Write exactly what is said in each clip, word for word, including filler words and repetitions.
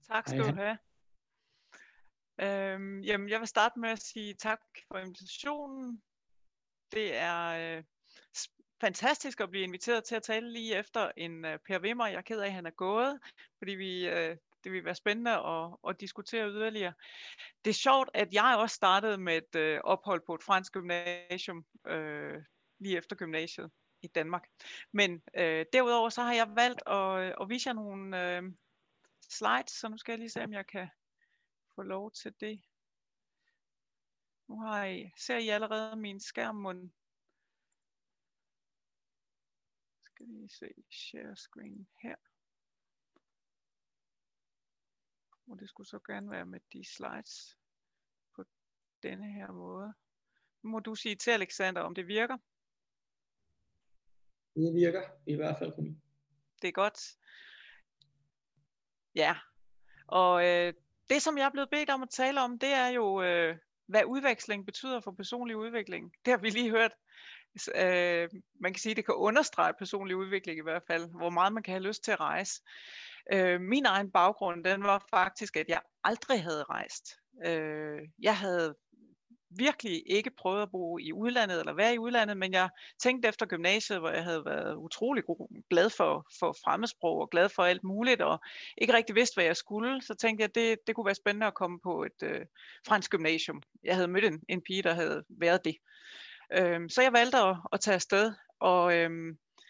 Tak Hej, skal hej. du have. Øhm, jamen, jeg vil starte med at sige tak for invitationen. Det er øh, s- fantastisk at blive inviteret til at tale lige efter en øh, Per Wimmer. Jeg er ked af, at han er gået, fordi vi, øh, det vil være spændende at, at diskutere yderligere. Det er sjovt, at jeg også startede med et øh, ophold på et fransk gymnasium øh, lige efter gymnasiet i Danmark. Men øh, derudover så har jeg valgt at, at vise jer nogle øh, slides, så nu skal jeg lige se, om jeg kan få lov til det. Nu har I, ser I allerede min skærm. Skal vi se share screen her. Og det skulle så gerne være med de slides på denne her måde. Nu må du sige til Alexander, om det virker. Det virker i hvert fald på mig. Det er godt. Ja, og øh, det som jeg er blevet bedt om at tale om, det er jo, øh, hvad udveksling betyder for personlig udvikling. Det har vi lige hørt. Øh, man kan sige, at det kan understrege personlig udvikling i hvert fald, hvor meget man kan have lyst til at rejse. Øh, min egen baggrund, den var faktisk, at jeg aldrig havde rejst. Øh, jeg havde virkelig ikke prøvet at bo i udlandet eller være i udlandet, men jeg tænkte efter gymnasiet, hvor jeg havde været utrolig god, glad for, for fremmedsprog og glad for alt muligt, og ikke rigtig vidste, hvad jeg skulle, så tænkte jeg, at det, det kunne være spændende at komme på et øh, fransk gymnasium. Jeg havde mødt en, en pige, der havde været det. Øh, så jeg valgte at, at tage afsted, og øh,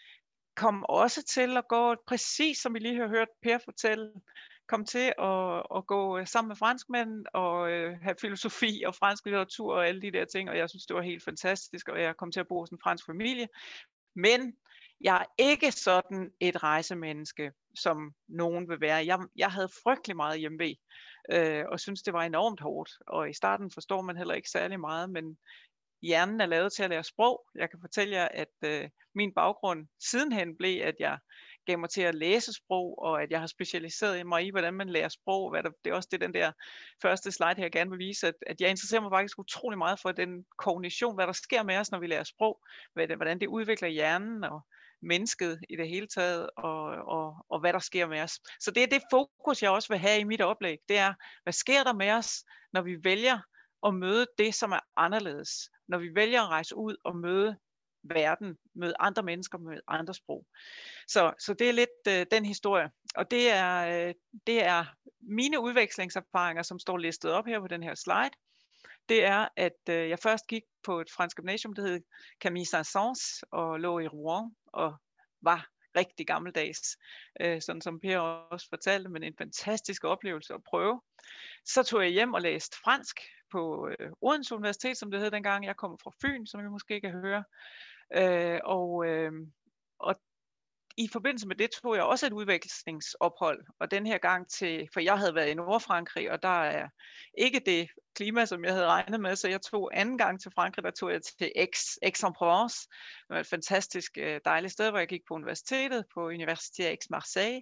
kom også til at gå, præcis som vi lige har hørt Per fortælle, kom til at, at gå sammen med franskmænd og øh, have filosofi og fransk litteratur og alle de der ting, og jeg synes, det var helt fantastisk, og jeg kom til at bo hos en fransk familie. Men jeg er ikke sådan et rejsemenneske, som nogen vil være. Jeg, jeg havde frygtelig meget hjemve, øh, og synes, det var enormt hårdt. Og i starten forstår man heller ikke særlig meget, men hjernen er lavet til at lære sprog. Jeg kan fortælle jer, at øh, min baggrund sidenhen blev, at jeg gav mig til at læse sprog, og at jeg har specialiseret mig i, hvordan man lærer sprog. Hvad der, det er også det, den der første slide her jeg gerne vil vise, at, at jeg interesserer mig faktisk utrolig meget for den kognition, hvad der sker med os, når vi lærer sprog, hvad det, hvordan det udvikler hjernen og mennesket i det hele taget, og, og, og hvad der sker med os. Så det er det fokus, jeg også vil have i mit oplæg. Det er, hvad sker der med os, når vi vælger at møde det, som er anderledes. Når vi vælger at rejse ud og møde verden, møde andre mennesker, møde andre sprog. Så, så det er lidt øh, den historie. Og det er, øh, det er mine udvekslingserfaringer, som står listet op her på den her slide. Det er, at øh, jeg først gik på et fransk gymnasium, der hed Camille Saint-Saëns, og lå i Rouen, og var rigtig gammeldags, øh, sådan som Per også fortalte, men en fantastisk oplevelse at prøve. Så tog jeg hjem og læste fransk på øh, Odense Universitet, som det hed dengang. Jeg kom fra Fyn, som I måske kan høre. Øh, og, øh, og i forbindelse med det tog jeg også et udvekslingsophold, og den her gang til, for jeg havde været i Nordfrankrig, og der er ikke det klima, som jeg havde regnet med, så jeg tog anden gang til Frankrig, der tog jeg til Aix, Aix-en-Provence. Det var et fantastisk dejligt sted, hvor jeg gik på universitetet, på Université Aix-Marseille,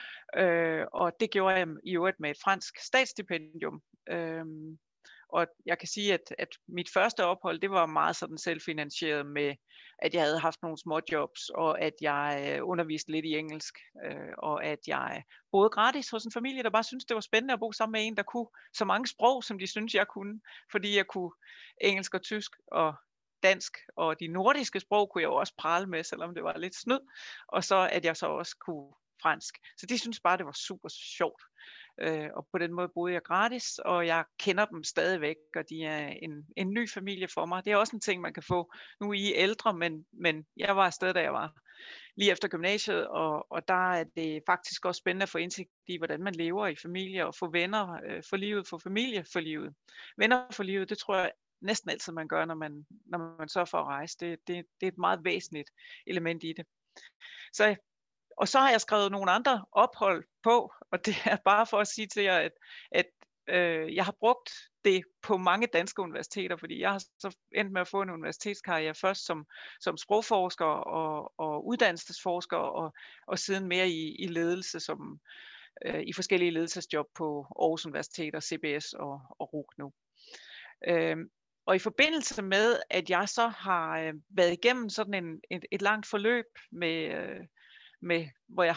øh, og det gjorde jeg i øvrigt med et fransk statsstipendium. Øh, Og jeg kan sige, at, at mit første ophold, det var meget sådan selvfinansieret med, at jeg havde haft nogle små jobs, og at jeg øh, underviste lidt i engelsk, øh, og at jeg boede gratis hos en familie, der bare syntes, det var spændende at bo sammen med en, der kunne så mange sprog, som de syntes, jeg kunne, fordi jeg kunne engelsk og tysk og dansk, og de nordiske sprog kunne jeg jo også prale med, selvom det var lidt snyd, og så at jeg så også kunne fransk. Så de syntes bare, det var super sjovt. Øh, og på den måde boede jeg gratis, og jeg kender dem stadigvæk, og de er en, en ny familie for mig. Det er også en ting, man kan få. Nu er I ældre, men, men jeg var afsted, da jeg var lige efter gymnasiet, og, og der er det faktisk også spændende at få indsigt i, hvordan man lever i familie, og få venner øh, for livet, få familie for livet. Venner for livet, det tror jeg næsten altid, man gør, når man, når man sørger for at rejse. Det, det, det er et meget væsentligt element i det. Så Og så har jeg skrevet nogle andre ophold på, og det er bare for at sige til jer, at, at øh, jeg har brugt det på mange danske universiteter, fordi jeg har så endt med at få en universitetskarriere først som, som sprogforsker og, og uddannelsesforsker, og, og siden mere i, i ledelse, som øh, i forskellige ledelsesjob på Aarhus Universitet og C B S og, og R U C nu. Øh, Og i forbindelse med, at jeg så har øh, været igennem sådan en, et, et langt forløb med... Øh, med, hvor jeg har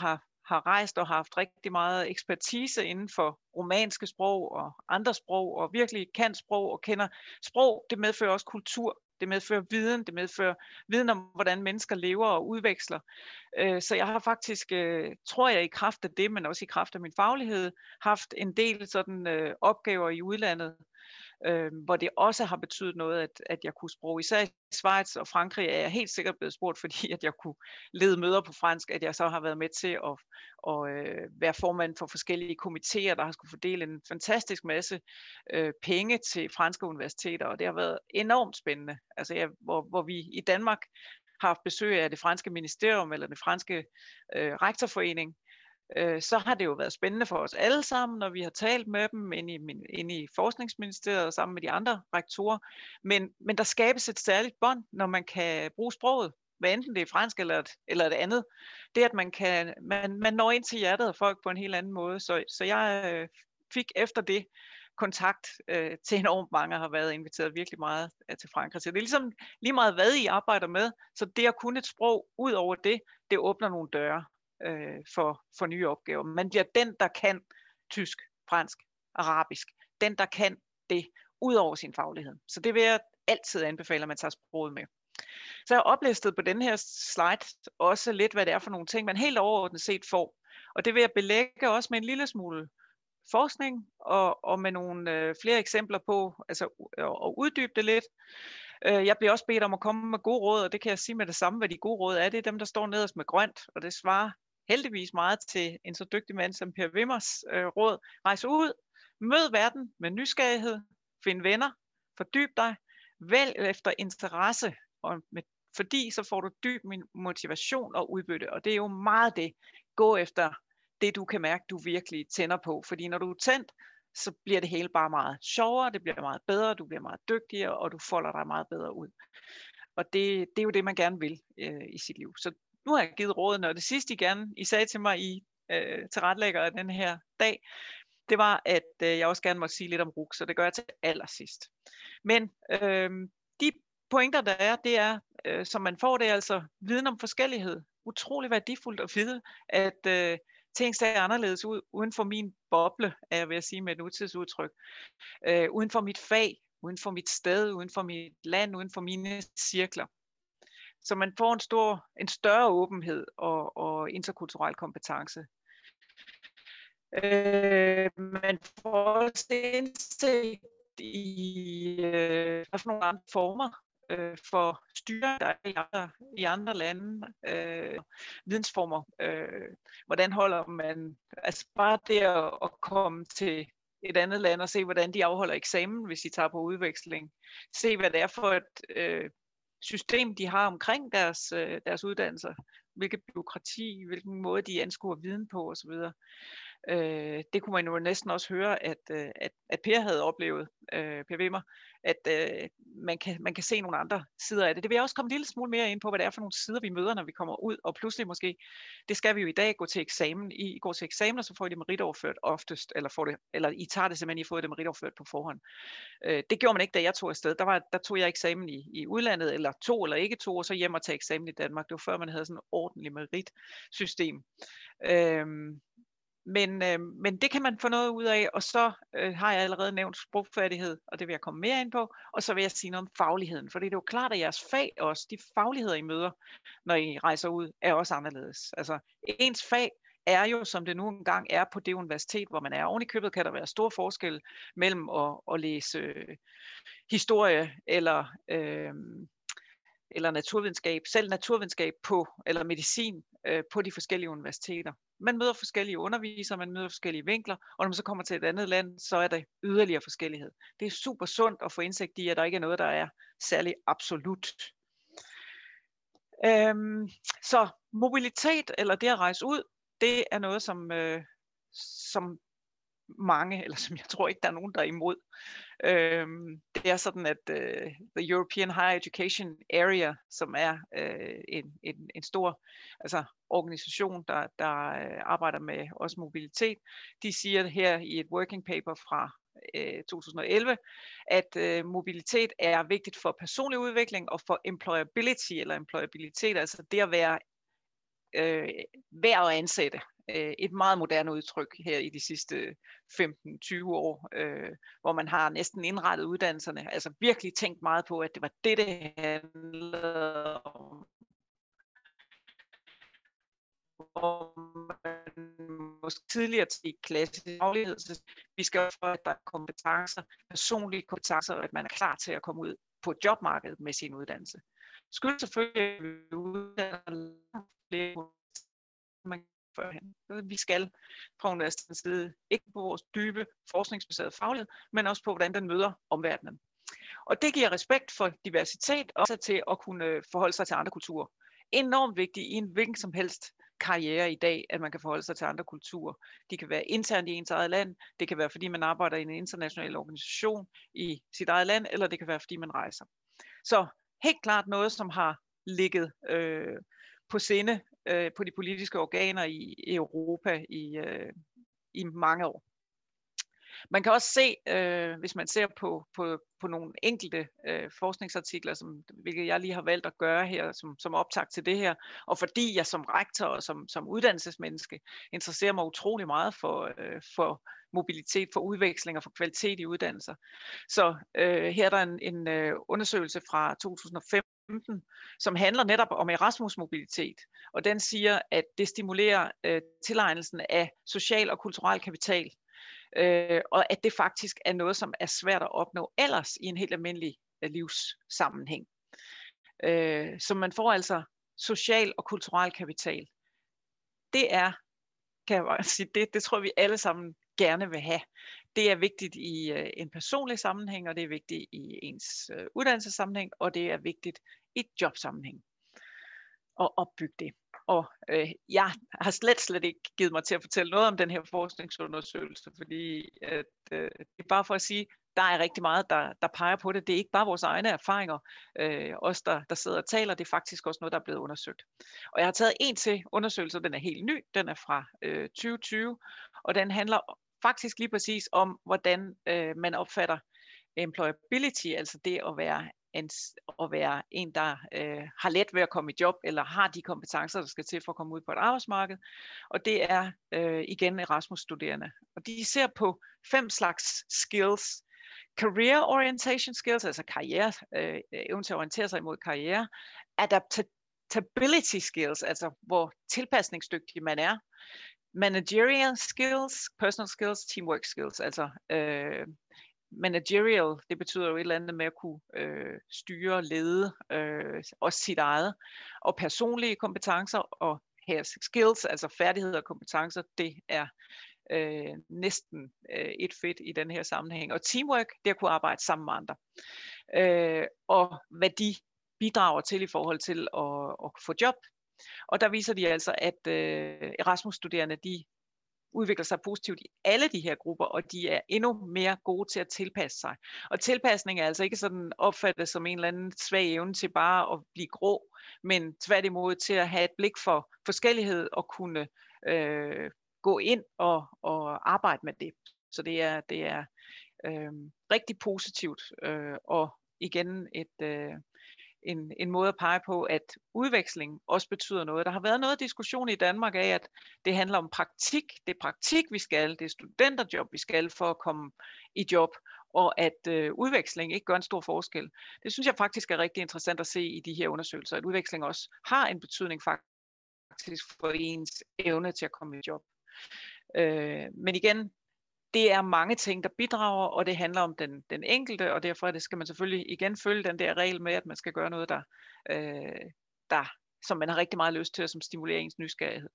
har rejst og har haft rigtig meget ekspertise inden for romanske sprog og andre sprog, og virkelig kan sprog og kender sprog. Det medfører også kultur, det medfører viden, det medfører viden om, hvordan mennesker lever og udveksler. Så jeg har faktisk, tror jeg i kraft af det, men også i kraft af min faglighed, haft en del sådan opgaver i udlandet, Øh, hvor det også har betydet noget, at, at jeg kunne sprog. Især i Schweiz og Frankrig er jeg helt sikkert blevet spurgt, fordi at jeg kunne lede møder på fransk, at jeg så har været med til at, at øh, være formand for forskellige komitéer, der har skulle fordele en fantastisk masse øh, penge til franske universiteter, og det har været enormt spændende. Altså, jeg, hvor, hvor vi i Danmark har haft besøg af det franske ministerium eller det franske øh, rektorforening, så har det jo været spændende for os alle sammen, når vi har talt med dem inde i, inde i forskningsministeriet sammen med de andre rektorer. Men, men der skabes et særligt bånd, når man kan bruge sproget, hvad enten det er fransk eller et, eller et andet. Det at man kan, man, man når ind til hjertet af folk på en helt anden måde. Så, så jeg øh, fik efter det kontakt øh, til enormt mange, har været inviteret virkelig meget øh, til Frankrig. Så det er ligesom lige meget, hvad I arbejder med. Så det at kunne et sprog ud over det, det åbner nogle døre For, for nye opgaver. Man bliver den, der kan tysk, fransk, arabisk. Den, der kan det, ud over sin faglighed. Så det vil jeg altid anbefale, at man tager sproget med. Så jeg har oplistet på den her slide også lidt, hvad det er for nogle ting, man helt overordnet set får. Og det vil jeg belægge også med en lille smule forskning, og, og med nogle øh, flere eksempler på, altså at uddybe det lidt. Jeg bliver også bedt om at komme med gode råd, og det kan jeg sige med det samme, hvad de gode råd er. Det er dem, der står nederst med grønt, og det svarer heldigvis meget til en så dygtig mand som Per Wimmers øh, råd. Rejs ud, mød verden med nysgerrighed, find venner, fordyb dig, vælg efter interesse, og med, fordi så får du dyb motivation og udbytte, og det er jo meget det. Gå efter det, du kan mærke, du virkelig tænder på, fordi når du er tændt, så bliver det hele bare meget sjovere, det bliver meget bedre, du bliver meget dygtigere, og du folder dig meget bedre ud. Og det, det er jo det, man gerne vil øh, i sit liv. Så nu har jeg givet rådene, og det sidste, I gerne, I sagde til mig i øh, tilrettelægger af den her dag, det var, at øh, jeg også gerne måtte sige lidt om R U C, så det gør jeg til allersidst. Men øh, de pointer, der er, det er, øh, som man får, det er altså viden om forskellighed. Utrolig værdifuldt at vide, at øh, ting ser anderledes ud uden for min boble, er jeg ved at sige med et nutidsudtryk. Øh, uden for mit fag, uden for mit sted, uden for mit land, uden for mine cirkler. Så man får en, stor, en større åbenhed og, og interkulturel kompetence. Øh, man får også indsigt i øh, nogle andre former øh, for styre, der er i andre, i andre lande, øh, vidensformer. Øh, hvordan holder man, altså bare det at, at komme til et andet land og se, hvordan de afholder eksamen, hvis de tager på udveksling. Se, hvad det er for et øh, system, de har omkring deres, øh, deres uddannelser. Hvilket bureaukrati, hvilken måde de anskuer viden på osv. Øh, det kunne man jo næsten også høre, at, øh, at, at Per havde oplevet, øh, Per Wimmer, at øh, man, kan, man kan se nogle andre sider af det. Det vil jeg også komme en lille smule mere ind på, hvad det er for nogle sider, vi møder, når vi kommer ud, og pludselig måske, det skal vi jo i dag gå til eksamen. I går til eksamen, og så får I det meritoverført oftest, eller, får det, eller I tager det simpelthen, I får det meritoverført på forhånd. Øh, det gjorde man ikke, da jeg tog afsted. Der, var, der tog jeg eksamen i, i udlandet, eller to eller ikke to, og så hjem og tage eksamen i Danmark. Det var før man havde sådan et ordentligt meritsystem. Øh, Men, øh, men det kan man få noget ud af, og så øh, har jeg allerede nævnt sprogfærdighed, og det vil jeg komme mere ind på, og så vil jeg sige noget om fagligheden, for det er jo klart, at jeres fag også, de fagligheder I møder, når I rejser ud, er også anderledes. Altså ens fag er jo, som det nu engang er på det universitet, hvor man er. Oven i købet kan der være stor forskel mellem at, at læse øh, historie eller... Øh, eller naturvidenskab, selv naturvidenskab på, eller medicin øh, på de forskellige universiteter. Man møder forskellige undervisere, man møder forskellige vinkler, og når man så kommer til et andet land, så er der yderligere forskellighed. Det er super sundt at få indsigt i, at der ikke er noget, der er særlig absolut. Øhm, så mobilitet, eller det at rejse ud, det er noget, som, øh, som mange, eller som jeg tror ikke, der er nogen, der er imod. Øhm, det er sådan, at øh, The European Higher Education Area, som er øh, en, en, en stor altså, organisation, der, der øh, arbejder med også mobilitet, de siger her i et working paper fra øh, to tusind og elleve, at øh, mobilitet er vigtigt for personlig udvikling og for employability, eller employabilitet, altså det at være øh, værd at ansætte. øh, et meget moderne udtryk her i de sidste femten tyve år, øh, hvor man har næsten indrettet uddannelserne, altså virkelig tænkt meget på, at det var det, det handlede om. Hvor man måske tidligere til klassisk faglighed, så vi skal også for, at der er kompetencer, personlige kompetencer, og at man er klar til at komme ud på jobmarkedet med sin uddannelse. Skulle selvfølgelig, at vi uddanner flere, man førhen. Vi skal fra universitetets side ikke på vores dybe forskningsbaserede faglighed, men også på, hvordan den møder omverdenen. Og det giver respekt for diversitet, og også til at kunne forholde sig til andre kulturer. Enormt vigtigt i en hvilken som helst karriere i dag, at man kan forholde sig til andre kulturer. De kan være internt i ens eget land, det kan være fordi man arbejder i en international organisation i sit eget land, eller det kan være fordi man rejser. Så helt klart noget, som har ligget øh, på sinde øh, på de politiske organer i Europa i, øh, i mange år. Man kan også se, øh, hvis man ser på, på, på nogle enkelte øh, forskningsartikler, som, hvilket jeg lige har valgt at gøre her som, som optakt til det her, og fordi jeg som rektor og som, som uddannelsesmenneske interesserer mig utrolig meget for, øh, for mobilitet, for udveksling og for kvalitet i uddannelser. Så øh, her er der en, en øh, undersøgelse fra to tusind og femten, som handler netop om Erasmus-mobilitet, og den siger, at det stimulerer øh, tilegnelsen af social og kulturel kapital. Øh, og at det faktisk er noget, som er svært at opnå ellers i en helt almindelig øh, livssammenhæng. Øh, så man får altså social og kulturel kapital. Det er, kan jeg bare sige, det, det tror vi alle sammen gerne vil have. Det er vigtigt i øh, en personlig sammenhæng, og det er vigtigt i ens øh, uddannelsessammenhæng, og det er vigtigt i et jobsammenhæng at opbygge det. Og øh, jeg har slet, slet ikke givet mig til at fortælle noget om den her forskningsundersøgelse, fordi at, øh, det er bare for at sige, der er rigtig meget, der, der peger på det. Det er ikke bare vores egne erfaringer, øh, os der, der sidder og taler, det er faktisk også noget, der er blevet undersøgt. Og jeg har taget en til undersøgelse, den er helt ny, den er fra øh, tyve tyve, og den handler faktisk lige præcis om, hvordan øh, man opfatter employability, altså det at være En, at være en, der øh, har let ved at komme i job, eller har de kompetencer, der skal til for at komme ud på et arbejdsmarked. Og det er øh, igen Erasmus-studerende. Og de ser på fem slags skills. Career orientation skills, altså karriere, øh, evnen til at orientere sig imod karriere. Adaptability skills, altså hvor tilpasningsdygtig man er. Managerial skills, personal skills, teamwork skills, altså øh, managerial, det betyder jo et eller andet med at kunne øh, styre, lede, øh, også sit eget, og personlige kompetencer og her skills, altså færdigheder og kompetencer, det er øh, næsten øh, et fedt i den her sammenhæng. Og teamwork, det at kunne arbejde sammen med andre. Øh, og hvad de bidrager til i forhold til at, at få job. Og der viser de altså, at øh, Erasmus-studerende, de udvikler sig positivt i alle de her grupper, og de er endnu mere gode til at tilpasse sig. Og tilpasning er altså ikke sådan opfattet som en eller anden svag evne til bare at blive grå, men tværtimod til at have et blik for forskellighed og kunne øh, gå ind og, og arbejde med det. Så det er, det er øh, rigtig positivt, øh, og igen et... Øh, En, en måde at pege på, at udveksling også betyder noget. Der har været noget diskussion i Danmark af, at det handler om praktik. Det er praktik, vi skal. Det er studenterjob, vi skal for at komme i job. Og at øh, udveksling ikke gør en stor forskel. Det synes jeg faktisk er rigtig interessant at se i de her undersøgelser, at udveksling også har en betydning faktisk for ens evne til at komme i job. Øh, men igen, det er mange ting, der bidrager, og det handler om den, den enkelte, og derfor det skal man selvfølgelig igen følge den der regel med, at man skal gøre noget, der, øh, der, som man har rigtig meget lyst til, og som stimulerer ens nysgerrighed.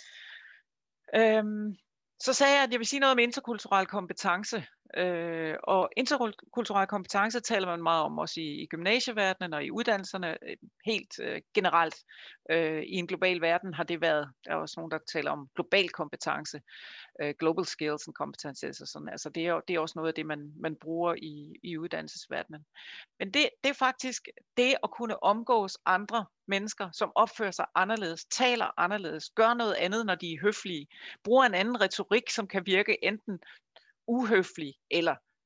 Øhm, så sagde jeg, at jeg vil sige noget om interkulturel kompetence. Øh, og interkulturel kompetence taler man meget om også i, i gymnasieverdenen og i uddannelserne helt øh, generelt. Øh, I en global verden har det været, der er også nogen, der taler om global kompetence, øh, global skills and competences og sådan. Altså det er, det er også noget af det, man, man bruger i, i uddannelsesverdenen. Men det, det er faktisk det at kunne omgås andre mennesker, som opfører sig anderledes, taler anderledes, gør noget andet, når de er høflige, bruger en anden retorik, som kan virke enten uhøflig eller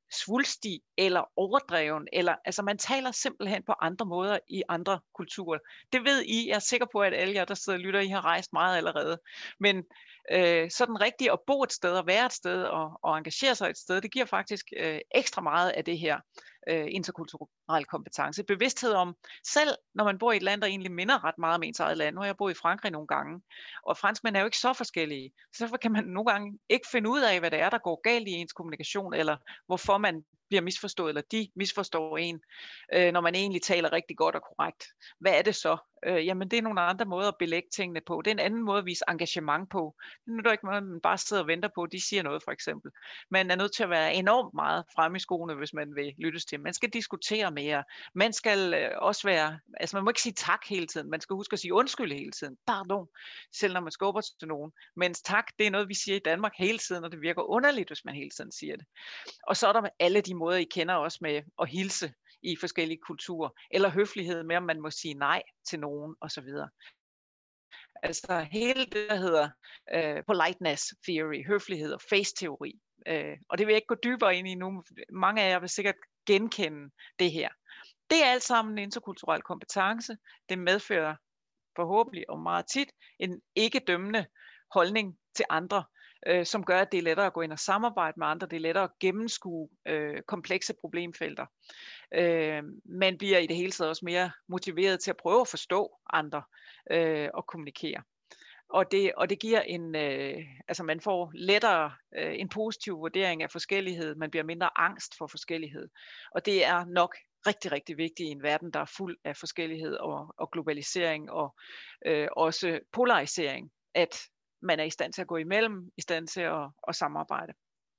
svulstig eller overdreven, eller altså man taler simpelthen på andre måder i andre kulturer. Det ved I, jeg er sikker på, at alle jer, der sidder og lytter, I har rejst meget allerede. Men øh, sådan rigtigt at bo et sted og være et sted og, og engagere sig et sted, det giver faktisk øh, ekstra meget af det her øh, interkulturelle kompetence. Bevidsthed om, selv når man bor i et land, der egentlig minder ret meget om ens eget land. Nu har jeg boet i Frankrig nogle gange, og franskmænd er jo ikke så forskellige, så derfor kan man nogle gange ikke finde ud af, hvad det er, der går galt i ens kommunikation, eller hvorfor man bliver misforstået, eller de misforstår en, øh, når man egentlig taler rigtig godt og korrekt. Hvad er det så? Øh, jamen det er nogle andre måder at belægge tingene på. Det er en anden måde at vise engagement på. Det er jo ikke noget, man bare sidder og venter på, de siger noget for eksempel. Man er nødt til at være enormt meget fremme i skoene, hvis man vil lyttes til. Man skal diskutere mere. Man skal øh, også være, altså man må ikke sige tak hele tiden. Man skal huske at sige undskyld hele tiden. Pardon, selv når man skubber til nogen. Mens tak, det er noget, vi siger i Danmark hele tiden, og det virker underligt, hvis man hele tiden siger det. Og så er der alle de måder, I kender også med at hilse i forskellige kulturer, eller høflighed med, om man må sige nej til nogen, osv. Altså hele det, der hedder uh, politeness theory, høflighed og face-teori. Uh, og det vil jeg ikke gå dybere ind i nu. Mange af jer vil sikkert genkende det her. Det er alt sammen en interkulturel kompetence. Det medfører forhåbentlig og meget tit en ikke-dømmende holdning til andre, øh, som gør, at det er lettere at gå ind og samarbejde med andre, det er lettere at gennemskue øh, komplekse problemfelter. Øh, man bliver i det hele taget også mere motiveret til at prøve at forstå andre øh, og kommunikere. Og det, og det giver en, øh, altså man får lettere øh, en positiv vurdering af forskellighed, man bliver mindre angst for forskellighed. Og det er nok rigtig, rigtig vigtigt i en verden, der er fuld af forskellighed og, og globalisering og øh, også polarisering, at man er i stand til at gå imellem, i stand til at, at samarbejde.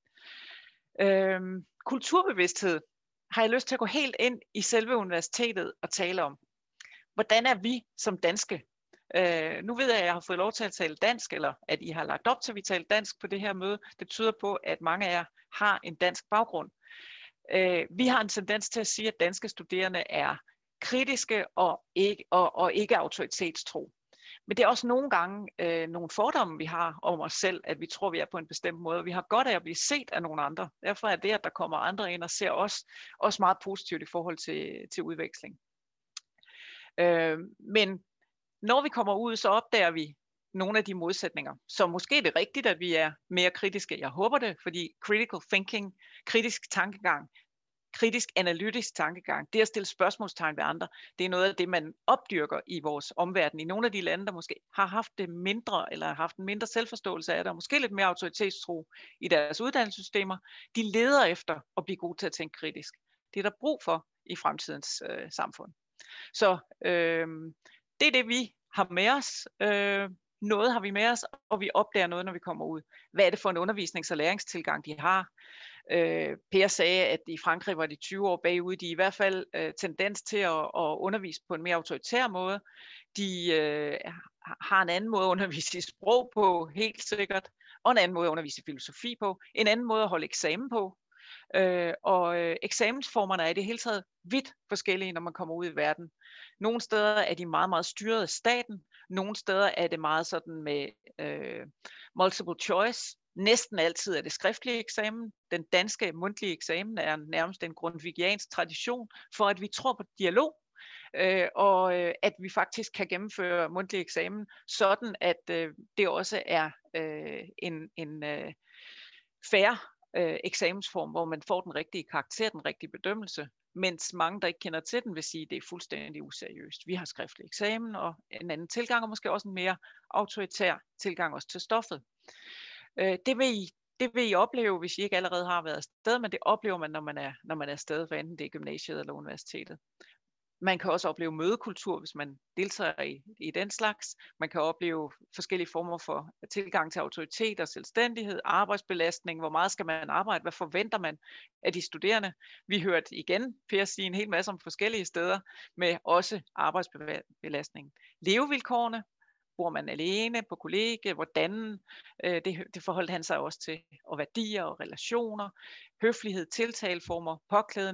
Øhm, kulturbevidsthed har jeg lyst til at gå helt ind i selve universitetet og tale om. Hvordan er vi som danske? Øh, nu ved jeg, at jeg har fået lov til at tale dansk, eller at I har lagt op til, at vi taler dansk på det her møde. Det tyder på, at mange af jer har en dansk baggrund. Øh, vi har en tendens til at sige, at danske studerende er kritiske og ikke, og, og ikke autoritetstro. Men det er også nogle gange øh, nogle fordomme, vi har om os selv, at vi tror, vi er på en bestemt måde. Vi har godt af at blive set af nogle andre. Derfor er det, at der kommer andre ind og ser os, også meget positivt i forhold til, til udveksling. Øh, men når vi kommer ud, så opdager vi nogle af de modsætninger. Så måske er det rigtigt, at vi er mere kritiske. Jeg håber det, fordi critical thinking, kritisk tankegang, kritisk analytisk tankegang, det at stille spørgsmålstegn ved andre, det er noget af det, man opdyrker i vores omverden. I nogle af de lande, der måske har haft det mindre, eller har haft en mindre selvforståelse af det, og måske lidt mere autoritetstro i deres uddannelsessystemer, de leder efter at blive gode til at tænke kritisk. Det er der brug for i fremtidens øh, samfund. Så øh, det er det, vi har med os. Øh, noget har vi med os, og vi opdager noget, når vi kommer ud. Hvad er det for en undervisnings- og læringstilgang, de har? Øh, Per sagde, at i Frankrig var de tyve år bagud. De er i hvert fald øh, tendens til at, at undervise på en mere autoritær måde. De øh, har en anden måde at undervise i sprog på, helt sikkert, og en anden måde at undervise i filosofi på, en anden måde at holde eksamen på. Øh, og øh, eksamensformerne er i det hele taget vidt forskellige, når man kommer ud i verden. Nogle steder er de meget, meget styret af staten. Nogle steder er det meget sådan med øh, multiple choice. Næsten altid er det skriftlige eksamen. Den danske mundtlige eksamen er nærmest en grundvigiansk tradition for, at vi tror på dialog, øh, og øh, at vi faktisk kan gennemføre mundtlig eksamen, sådan at øh, det også er øh, en, en øh, fair øh, eksamensform, hvor man får den rigtige karakter, den rigtige bedømmelse, mens mange, der ikke kender til den, vil sige, at det er fuldstændig useriøst. Vi har skriftlig eksamen og en anden tilgang, og måske også en mere autoritær tilgang også til stoffet. Øh, det, vil I, det vil I opleve, hvis I ikke allerede har været afsted, men det oplever man, når man er, når man er afsted, hvad enten det er gymnasiet eller universitetet. Man kan også opleve mødekultur, hvis man deltager i, i den slags. Man kan opleve forskellige former for tilgang til autoritet og selvstændighed, arbejdsbelastning, hvor meget skal man arbejde, hvad forventer man af de studerende. Vi hørte igen Per sige en hel masse om forskellige steder, med også arbejdsbelastning. Levevilkårene, bor man alene på kollegie, hvordan, øh, det, det forholdt han sig også til, og værdier og relationer, høflighed, tiltaleformer, påklædning,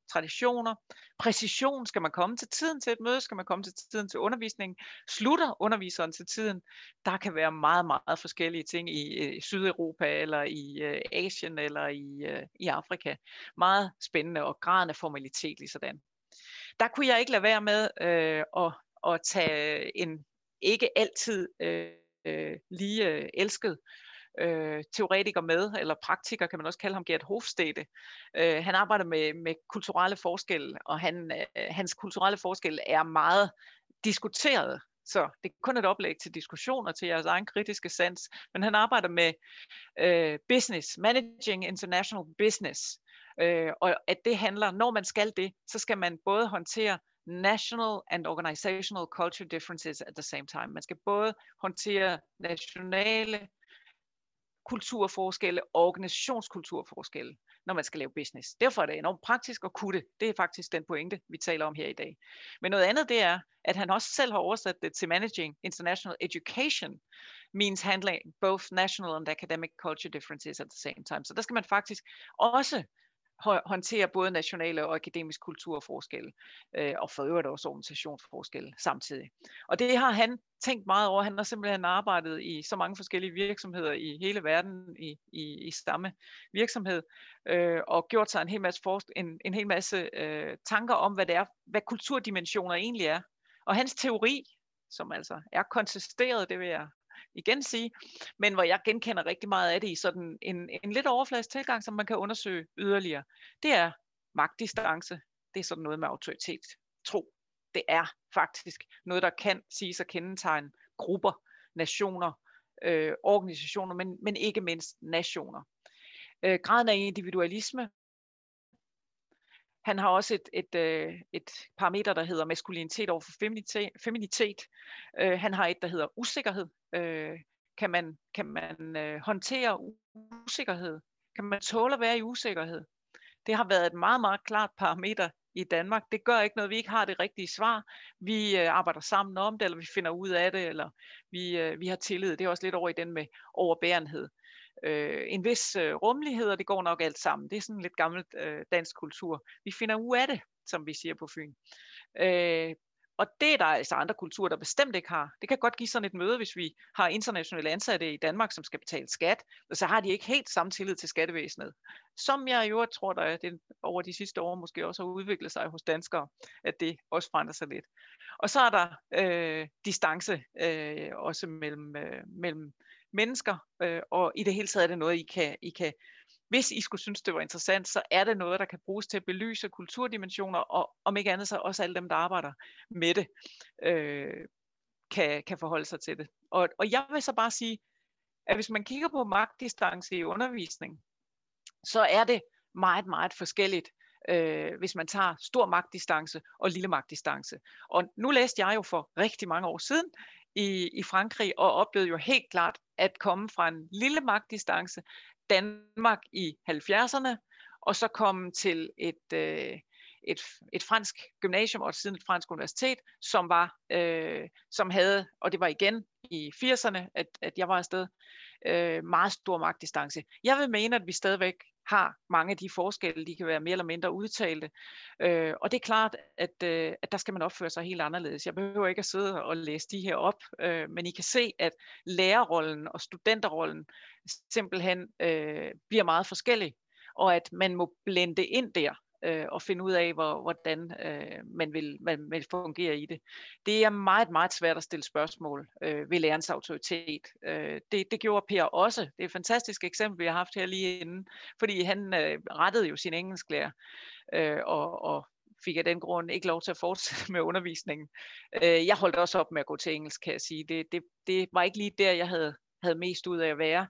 traditioner, præcision, skal man komme til tiden til et møde, skal man komme til tiden til undervisning, slutter underviseren til tiden. Der kan være meget, meget forskellige ting i øh, Sydeuropa, eller i øh, Asien, eller i, øh, i Afrika. Meget spændende, og graden af formalitet lige sådan. Der kunne jeg ikke lade være med øh, at, at tage en ikke altid øh, øh, lige øh, elsket øh, teoretiker med, eller praktiker kan man også kalde ham, Gert Hofstede. Øh, han arbejder med, med kulturelle forskelle, og han, øh, hans kulturelle forskelle er meget diskuteret. Så det er kun et oplæg til diskussioner, til jeres egen kritiske sans. Men han arbejder med øh, business, managing international business. Øh, og at det handler, når man skal det, så skal man både håndtere national and organizational culture differences at the same time. Man skal både håndtere nationale kulturforskelle og organisationskulturforskelle, når man skal lave business. Derfor er det enormt praktisk at kunne det. Det er faktisk den pointe, vi taler om her i dag. Men noget andet, det er, at han også selv har oversat det til Managing International Education means handling both national and academic culture differences at the same time. Så der skal man faktisk også håndtere både nationale og akademisk kulturforskelle, øh, og for øvrigt også organisationsforskelle samtidig. Og det har han tænkt meget over. Han har simpelthen arbejdet i så mange forskellige virksomheder i hele verden i, i, i samme virksomhed, øh, og gjort sig en hel masse, forsk- en, en hel masse øh, tanker om, hvad det er, hvad kulturdimensioner egentlig er. Og hans teori, som altså er konsisteret, det vil jeg igen sige, men hvor jeg genkender rigtig meget af det i sådan en, en lidt overfladisk tilgang, som man kan undersøge yderligere. Det er magtdistance. Det er sådan noget med autoritet, tro. Det er faktisk noget, der kan siges at kendetegne grupper, nationer, øh, organisationer, men, men ikke mindst nationer. Øh, graden af individualisme. Han har også et, et, et, et parameter, der hedder maskulinitet over for feminitet. feminitet. Øh, han har et, der hedder usikkerhed. Øh, kan man, kan man øh, håndtere usikkerhed? Kan man tåle at være i usikkerhed? Det har været et meget, meget klart parameter i Danmark. Det gør ikke noget, vi ikke har det rigtige svar. Vi øh, arbejder sammen om det, eller vi finder ud af det, eller vi, øh, vi har tillid. Det er også lidt over i den med overbærenhed. Øh, en vis øh, rummelighed, og det går nok alt sammen. Det er sådan lidt gammelt øh, dansk kultur. Vi finder ud af det, som vi siger på Fyn. Øh, og det er der altså andre kulturer, der bestemt ikke har. Det kan godt give sådan et møde, hvis vi har internationale ansatte i Danmark, som skal betale skat, og så har de ikke helt samme tillid til skattevæsenet. Som jeg jo tror, der er det over de sidste år måske også har udviklet sig hos danskere, at det også forandrer sig lidt. Og så er der øh, distance øh, også mellem, øh, mellem mennesker, øh, og i det hele taget er det noget, I kan, I kan, hvis I skulle synes, det var interessant, så er det noget, der kan bruges til at belyse kulturdimensioner, og om ikke andet så også alle dem, der arbejder med det, øh, kan, kan forholde sig til det. Og, og jeg vil så bare sige, at hvis man kigger på magtdistance i undervisning, så er det meget, meget forskelligt, øh, hvis man tager stor magtdistance og lille magtdistance. Og nu læste jeg jo for rigtig mange år siden i, i Frankrig, og oplevede jo helt klart at komme fra en lille magtdistance, Danmark i halvfjerdserne, og så komme til et, øh, et, et fransk gymnasium, og siden et fransk universitet, som var, øh, som havde, og det var igen i firserne, at, at jeg var afsted, øh, meget stor magtdistance. Jeg vil mene, at vi stadigvæk har mange af de forskelle, de kan være mere eller mindre udtalte. Øh, og det er klart, at, øh, at der skal man opføre sig helt anderledes. Jeg behøver ikke at sidde og læse de her op, øh, men I kan se, at lærerrollen og studenterrollen simpelthen øh, bliver meget forskellig, og at man må blende ind der øh, og finde ud af, hvor, hvordan øh, man, vil, man vil fungere i det. Det er meget, meget svært at stille spørgsmål øh, ved lærerens autoritet. Øh, det, det gjorde Per også. Det er et fantastisk eksempel, vi har haft her lige inden, fordi han øh, rettede jo sin engelsklærer, øh, og, og fik af den grund ikke lov til at fortsætte med undervisningen. Øh, jeg holdt også op med at gå til engelsk, kan jeg sige. Det, det, det var ikke lige der, jeg havde, havde mest ud af at være.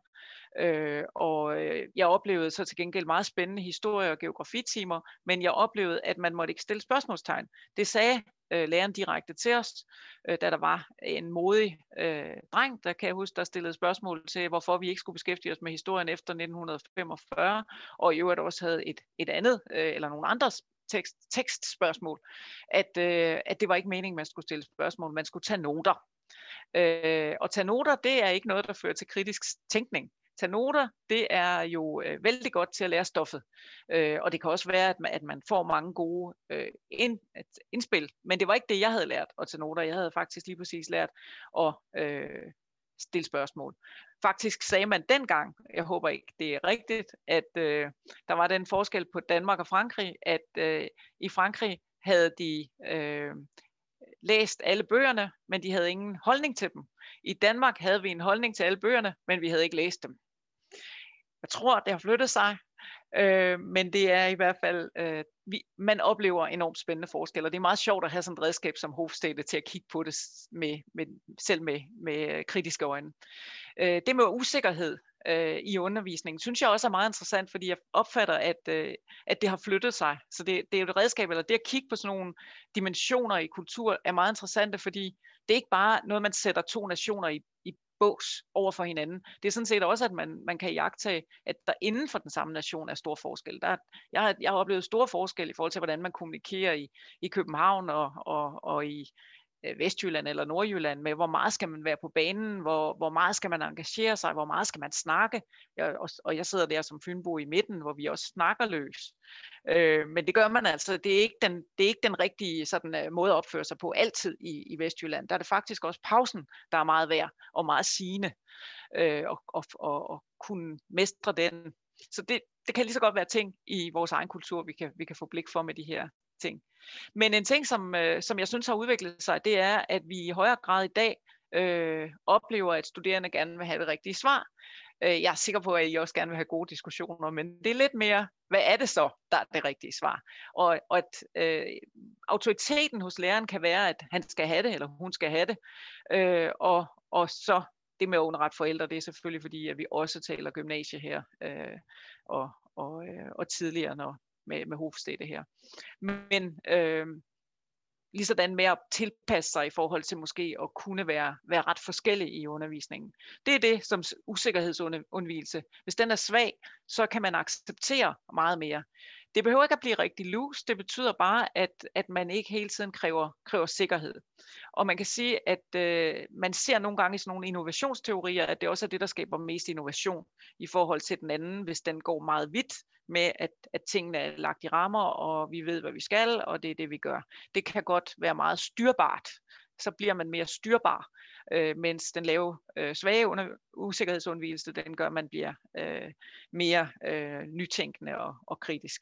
Øh, og øh, jeg oplevede så til gengæld meget spændende historie- og geografitimer, men jeg oplevede, at man måtte ikke stille spørgsmålstegn. Det sagde øh, læreren direkte til os, øh, da der var en modig øh, dreng, der kan jeg huske, der stillede spørgsmål til, hvorfor vi ikke skulle beskæftige os med historien efter nitten femogfyrre, og i øvrigt også havde et, et andet, øh, eller nogle andre tekst, tekstspørgsmål, at, øh, at det var ikke meningen, man skulle stille spørgsmål, man skulle tage noter. Øh, og tage noter, det er ikke noget, der fører til kritisk tænkning. tage noter, det er jo øh, vældig godt til at lære stoffet. Øh, og det kan også være, at man, at man får mange gode øh, ind, indspil. Men det var ikke det, jeg havde lært at tage noter. Jeg havde faktisk lige præcis lært at øh, stille spørgsmål. Faktisk sagde man dengang, jeg håber ikke det er rigtigt, at øh, der var den forskel på Danmark og Frankrig, at øh, i Frankrig havde de øh, læst alle bøgerne, men de havde ingen holdning til dem. I Danmark havde vi en holdning til alle bøgerne, men vi havde ikke læst dem. Jeg tror, det har flyttet sig, øh, men det er i hvert fald, øh, vi, man oplever enormt spændende forskel, og det er meget sjovt at have sådan et redskab som Hofstede til at kigge på det med, med, selv med, med kritiske øjne. Øh, det med usikkerhed øh, i undervisningen, synes jeg også er meget interessant, fordi jeg opfatter, at, øh, at det har flyttet sig. Så det, det er jo et redskab, eller det at kigge på sådan nogle dimensioner i kultur, er meget interessante, fordi det er ikke bare noget, man sætter to nationer i, i bås over for hinanden. Det er sådan set også, at man, man kan iagttage, at der inden for den samme nation er stor forskel. Der, jeg, har, jeg har oplevet store forskel i forhold til, hvordan man kommunikerer i, i København og, og, og i Vestjylland eller Nordjylland med, hvor meget skal man være på banen, hvor, hvor meget skal man engagere sig, hvor meget skal man snakke. Jeg, og, og jeg sidder der som fynbo i midten, hvor vi også snakker løs. Øh, men det gør man altså, det er ikke den, det er ikke den rigtige sådan, uh, måde at opføre sig på altid i, i Vestjylland. Der er det faktisk også pausen, der er meget værd og meget sigende, øh, og, og, og, og kunne mestre den. Så det, det kan lige så godt være ting i vores egen kultur, vi kan, vi kan få blik for med de her ting. Men en ting, som, øh, som jeg synes har udviklet sig, det er, at vi i højere grad i dag øh, oplever, at studerende gerne vil have det rigtige svar. Øh, jeg er sikker på, at I også gerne vil have gode diskussioner, men det er lidt mere, hvad er det så, der er det rigtige svar? Og, og at øh, autoriteten hos læreren kan være, at han skal have det, eller hun skal have det. Øh, og, og så det med at underrette forældre, det er selvfølgelig fordi, at vi også taler gymnasie her, øh, og, og, øh, og tidligere, når med, med Hofstede her. Men øh, ligesådan med at tilpasse sig i forhold til måske at kunne være, være ret forskellig i undervisningen. Det er det som usikkerhedsundvigelse. Hvis den er svag, så kan man acceptere meget mere. Det behøver ikke at blive rigtig loose, det betyder bare, at, at man ikke hele tiden kræver, kræver sikkerhed. Og man kan sige, at øh, man ser nogle gange i sådan nogle innovationsteorier, at det også er det, der skaber mest innovation i forhold til den anden, hvis den går meget vidt med, at, at tingene er lagt i rammer, og vi ved, hvad vi skal, og det er det, vi gør. Det kan godt være meget styrbart. Så bliver man mere styrbar, øh, mens den lave, øh, svage under, usikkerhedsundvigelse, den gør, at man bliver øh, mere øh, nytænkende og, og kritisk.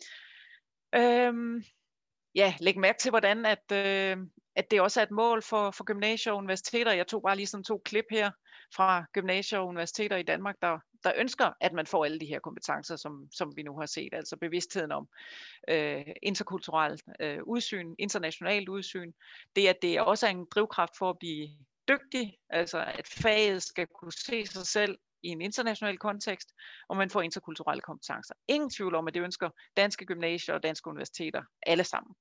Øhm, ja, læg mærke til, hvordan at, øh, at det også er et mål for, for gymnasier og universiteter. Jeg tog bare lige sådan to klip her fra gymnasier og universiteter i Danmark, der, der ønsker, at man får alle de her kompetencer, som, som vi nu har set. Altså bevidstheden om øh, interkulturelt øh, udsyn, internationalt udsyn. Det, at det også er en drivkraft for at blive dygtig, altså at faget skal kunne se sig selv i en international kontekst, og man får interkulturelle kompetencer. Ingen tvivl om, at det ønsker danske gymnasier og danske universiteter alle sammen.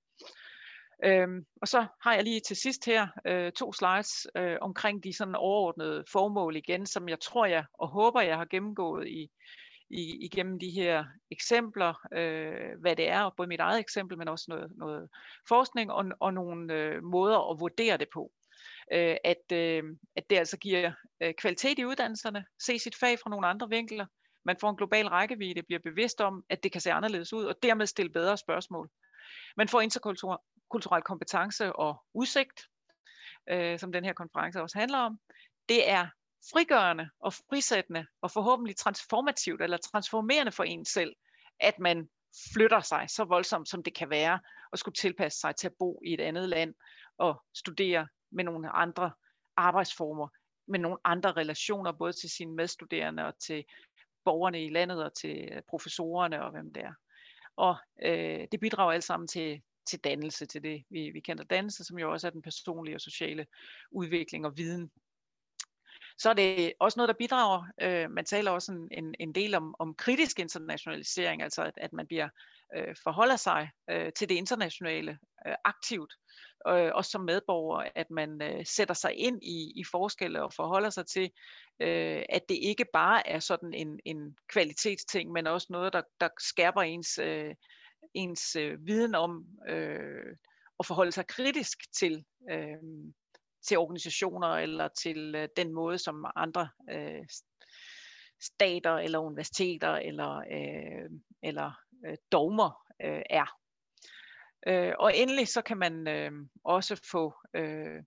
Øhm, og så har jeg lige til sidst her øh, to slides øh, omkring de sådan overordnede formål igen, som jeg tror jeg og håber jeg har gennemgået i, i, igennem de her eksempler, øh, hvad det er, og både mit eget eksempel, men også noget, noget forskning og, og nogle øh, måder at vurdere det på. Øh, at, øh, at det altså giver øh, kvalitet i uddannelserne, se sit fag fra nogle andre vinkler, man får en global rækkevidde, bliver bevidst om, at det kan se anderledes ud, og dermed stille bedre spørgsmål. Man får interkulturel kompetence og udsigt, øh, som den her konference også handler om. Det er frigørende og frisættende og forhåbentlig transformativt eller transformerende for en selv, at man flytter sig så voldsomt, som det kan være, og skulle tilpasse sig til at bo i et andet land og studere med nogle andre arbejdsformer, med nogle andre relationer, både til sine medstuderende og til borgerne i landet og til professorerne og hvem det er. Og øh, det bidrager alt sammen til, til dannelse, til det vi, vi kender dannelse, som jo også er den personlige og sociale udvikling og viden. Så er det også noget, der bidrager. Øh, man taler også en, en, en del om, om kritisk internationalisering, altså at, at man bliver øh, forholder sig øh, til det internationale øh, aktivt, øh, også som medborger, at man øh, sætter sig ind i, i forskelle og forholder sig til, øh, at det ikke bare er sådan en, en kvalitetsting, men også noget, der, der skærper ens, øh, ens øh, viden om øh, at forholde sig kritisk til øh, til organisationer eller til øh, den måde, som andre øh, stater eller universiteter eller, øh, eller øh, dogmer øh, er. Øh, og endelig så kan man øh, også få, øh,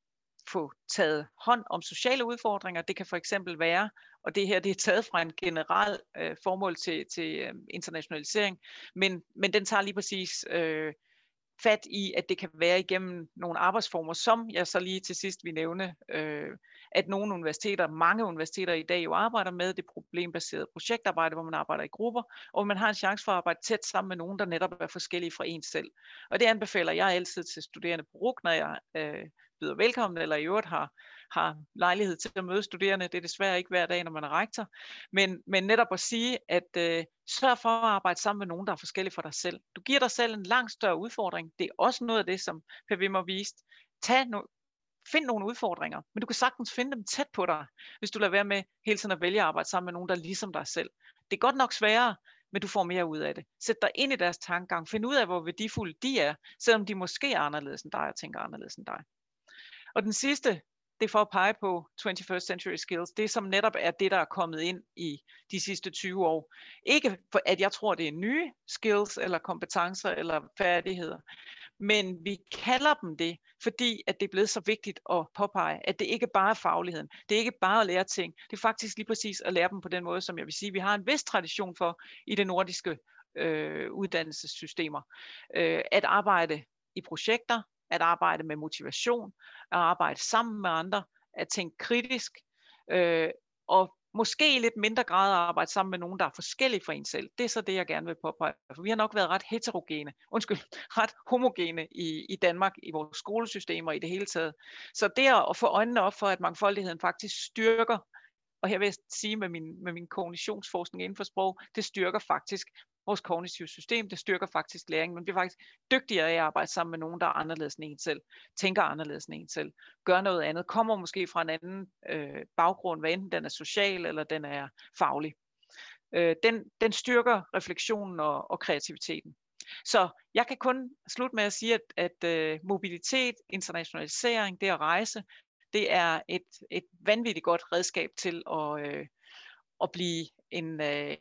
få taget hånd om sociale udfordringer. Det kan for eksempel være, og det her det er taget fra en generel øh, formål til, til øh, internationalisering, men, men den tager lige præcis øh, fat i, at det kan være igennem nogle arbejdsformer, som jeg så lige til sidst vil nævne, øh, at nogle universiteter, mange universiteter i dag jo arbejder med det problembaserede projektarbejde, hvor man arbejder i grupper, og man har en chance for at arbejde tæt sammen med nogen, der netop er forskellige fra en selv. Og det anbefaler jeg altid til studerende på R U C, når jeg øh, byder velkommen, eller i øvrigt har, har lejlighed til at møde studerende. Det er desværre ikke hver dag, når man er rektor. Men, men netop at sige, at øh, sørg for at arbejde sammen med nogen, der er forskellige fra dig selv. Du giver dig selv en langt større udfordring. Det er også noget af det, som Per Wimmer viste. Tag no- Find nogle udfordringer, men du kan sagtens finde dem tæt på dig, hvis du lader være med hele tiden at vælge at arbejde sammen med nogen, der er ligesom dig selv. Det er godt nok sværere, men du får mere ud af det. Sæt dig ind i deres tankegang. Find ud af, hvor værdifulde de er, selvom de måske er anderledes end dig og tænker anderledes end dig. Og den sidste, det er for at pege på twenty-first century skills, det som netop er det, der er kommet ind i de sidste tyve år. Ikke for at jeg tror, det er nye skills eller kompetencer eller færdigheder, men vi kalder dem det, fordi at det er blevet så vigtigt at påpege, at det ikke bare er fagligheden. Det er ikke bare at lære ting. Det er faktisk lige præcis at lære dem på den måde, som jeg vil sige, vi har en vis tradition for i det nordiske øh, uddannelsessystemer. Øh, at arbejde i projekter, at arbejde med motivation, at arbejde sammen med andre, at tænke kritisk, øh, og måske i lidt mindre grad at arbejde sammen med nogen, der er forskellige fra en selv. Det er så det, jeg gerne vil påpege. For vi har nok været ret heterogene, undskyld, ret homogene i, i Danmark, i vores skolesystemer i det hele taget. Så det at få øjnene op for, at mangfoldigheden faktisk styrker, og her vil jeg sige med min, med min kognitionsforskning inden for sprog, det styrker faktisk vores kognitive system, det styrker faktisk læring, men vi er faktisk dygtigere af at arbejde sammen med nogen, der er anderledes end en selv, tænker anderledes end en selv, gør noget andet, kommer måske fra en anden øh, baggrund, hvad enten den er social eller den er faglig. Øh, den, den styrker refleksionen og, og kreativiteten. Så jeg kan kun slutte med at sige, at, at øh, mobilitet, internationalisering, det at rejse, det er et, et vanvittigt godt redskab til at, øh, at blive en øh,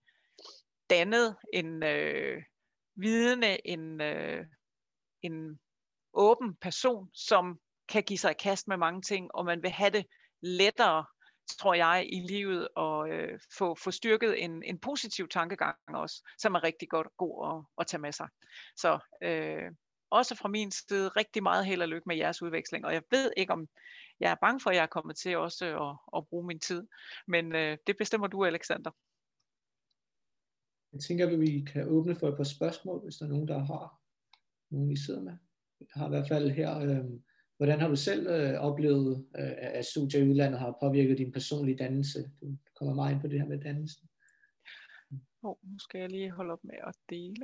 dannet, en øh, vidende, en, øh, en åben person, som kan give sig i kast med mange ting, og man vil have det lettere, tror jeg, i livet, og øh, få, få styrket en, en positiv tankegang også, som er rigtig godt god at, at tage med sig. Så øh, også fra min side rigtig meget held og lykke med jeres udveksling, og jeg ved ikke, om jeg er bange for, at jeg er kommet til også at, at bruge min tid, men øh, det bestemmer du, Alexander. Jeg tænker, at vi kan åbne for et par spørgsmål, hvis der er nogen, der har nogen, I sidder med. Jeg har i hvert fald her, øh, hvordan har du selv øh, oplevet, øh, at studier i udlandet har påvirket din personlige dannelse? Du kommer meget ind på det her med dannelsen. Oh, nu skal jeg lige holde op med at dele.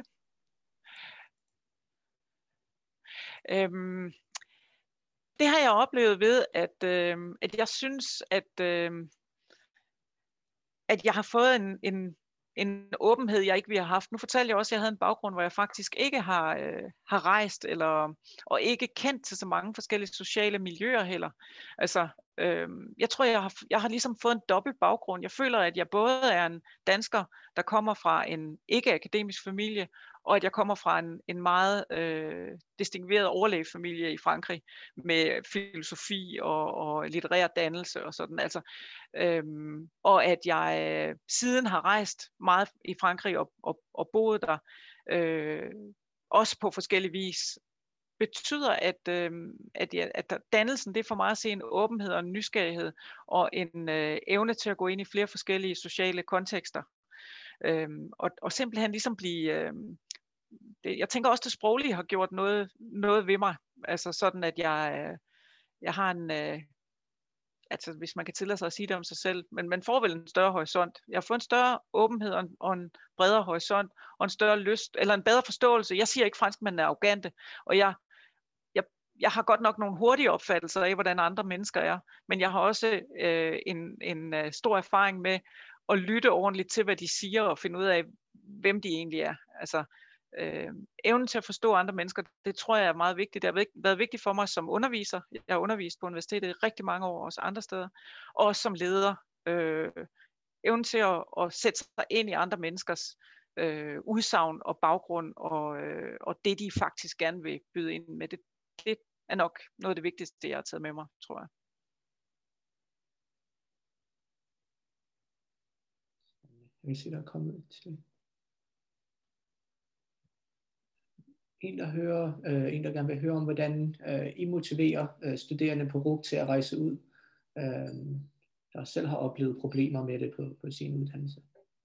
Øhm, det har jeg oplevet ved, at, øh, at jeg synes, at, øh, at jeg har fået en, en en åbenhed, jeg ikke ville have haft. Nu fortalte jeg også, at jeg havde en baggrund, hvor jeg faktisk ikke har, øh, har rejst, eller, og ikke kendt til så mange forskellige sociale miljøer heller. Altså, øh, jeg tror, jeg har, jeg har ligesom fået en dobbelt baggrund. Jeg føler, at jeg både er en dansker, der kommer fra en ikke-akademisk familie, og at jeg kommer fra en, en meget øh, distingueret overlægefamilie i Frankrig, med filosofi og, og litterær dannelse og sådan. Altså, øhm, og at jeg øh, siden har rejst meget i Frankrig og, og, og boet der, øh, også på forskellige vis, betyder, at, øh, at, ja, at dannelsen, det er for mig at se en åbenhed og en nysgerrighed, og en øh, evne til at gå ind i flere forskellige sociale kontekster. Øhm, og, og simpelthen ligesom blive... Øh, det, jeg tænker også, at det sproglige har gjort noget, noget ved mig. Altså sådan, at jeg, øh, jeg har en... Øh, altså hvis man kan tillade sig at sige det om sig selv, men man får vel en større horisont. Jeg har fået en større åbenhed og en, og en bredere horisont, og en større lyst, eller en bedre forståelse. Jeg siger ikke, fransk, man er arrogante, og jeg, jeg, jeg har godt nok nogle hurtige opfattelser af, hvordan andre mennesker er, men jeg har også øh, en, en uh, stor erfaring med at lytte ordentligt til, hvad de siger, og finde ud af, hvem de egentlig er. Altså, Øh, evnen til at forstå andre mennesker, det tror jeg er meget vigtigt. Det har været vigtigt for mig som underviser. Jeg har undervist på universitetet i rigtig mange år, også andre steder, og også som leder. Øh, evnen til at, at sætte sig ind i andre menneskers øh, udsagn og baggrund, og, øh, og det de faktisk gerne vil byde ind med. Det, det er nok noget af det vigtigste, jeg har taget med mig, tror jeg. Jeg vil se, der er kommet til. En, der, hører, øh, en, der gerne vil høre om, hvordan øh, I motiverer øh, studerende på R U C til at rejse ud, øh, der selv har oplevet problemer med det på, på sin uddannelse.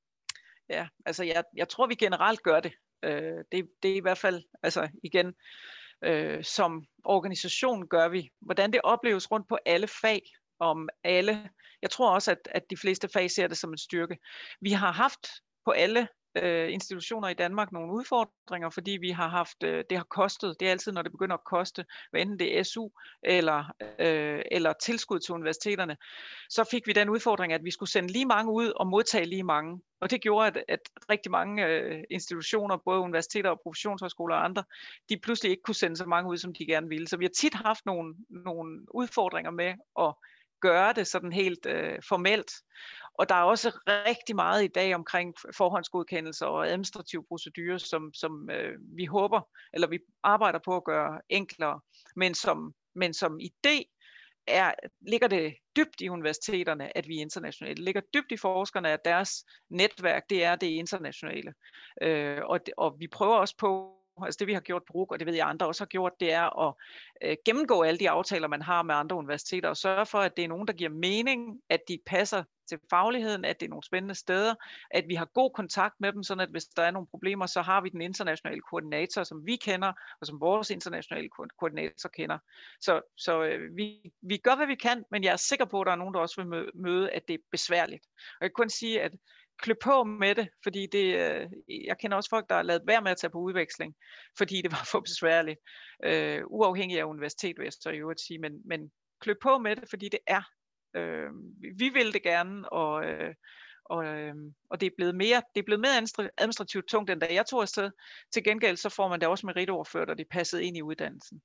Ja, altså jeg, jeg tror, vi generelt gør det. Øh, det. Det er i hvert fald, altså igen, øh, som organisation gør vi. Hvordan det opleves rundt på alle fag, om alle. Jeg tror også, at, at de fleste fag ser det som en styrke. Vi har haft på alle øh, institutioner i Danmark nogle udfordringer, fordi vi har haft, øh, det har kostet, det er altid, når det begynder at koste, hvad enten det er S U eller, øh, eller tilskud til universiteterne, så fik vi den udfordring, at vi skulle sende lige mange ud og modtage lige mange. Og det gjorde, at, at rigtig mange øh, institutioner, både universiteter og professionshøjskoler og andre, de pludselig ikke kunne sende så mange ud, som de gerne ville. Så vi har tit haft nogle, nogle udfordringer med at gøre det sådan helt øh, formelt. Og der er også rigtig meget i dag omkring forhåndsgodkendelser og administrative procedurer, som, som øh, vi håber, eller vi arbejder på at gøre enklere, men som, men som idé er, ligger det dybt i universiteterne, at vi er internationale. Det ligger dybt i forskerne, at deres netværk, det er det internationale. Øh, og, og vi prøver også på, altså det vi har gjort på R U C, og det ved jeg andre også har gjort, det er at øh, gennemgå alle de aftaler, man har med andre universiteter, og sørge for, at det er nogen, der giver mening, at de passer til fagligheden, at det er nogle spændende steder, at vi har god kontakt med dem, sådan at hvis der er nogle problemer, så har vi den internationale koordinator, som vi kender, og som vores internationale ko- koordinator kender. Så, så øh, vi, vi gør, hvad vi kan, men jeg er sikker på, at der er nogen, der også vil møde, at det er besværligt. Og jeg kan kun sige, at klø på med det, fordi det, øh, jeg kender også folk, der har lavet være med at tage på udveksling, fordi det var for besværligt. Øh, uafhængig af universitet, vil jeg så i øvrigt sige, men, men klø på med det, fordi det er. Øh, vi vil det gerne, og, øh, og, øh, og det er blevet mere, det er blevet mere administrativt tungt, end da jeg tog afsted. Til gengæld så får man det også meritoverført, og det er passet ind i uddannelsen.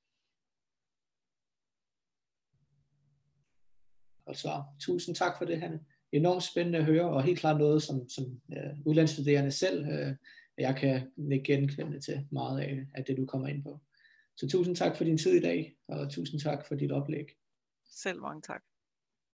Altså, tusind tak for det, Hanne. Enormt spændende at høre, og helt klart noget, som, som uh, udlandsstuderende selv, uh, jeg kan ikke genkende til meget af, af det, du kommer ind på. Så tusind tak for din tid i dag, og tusind tak for dit oplæg. Selv mange tak.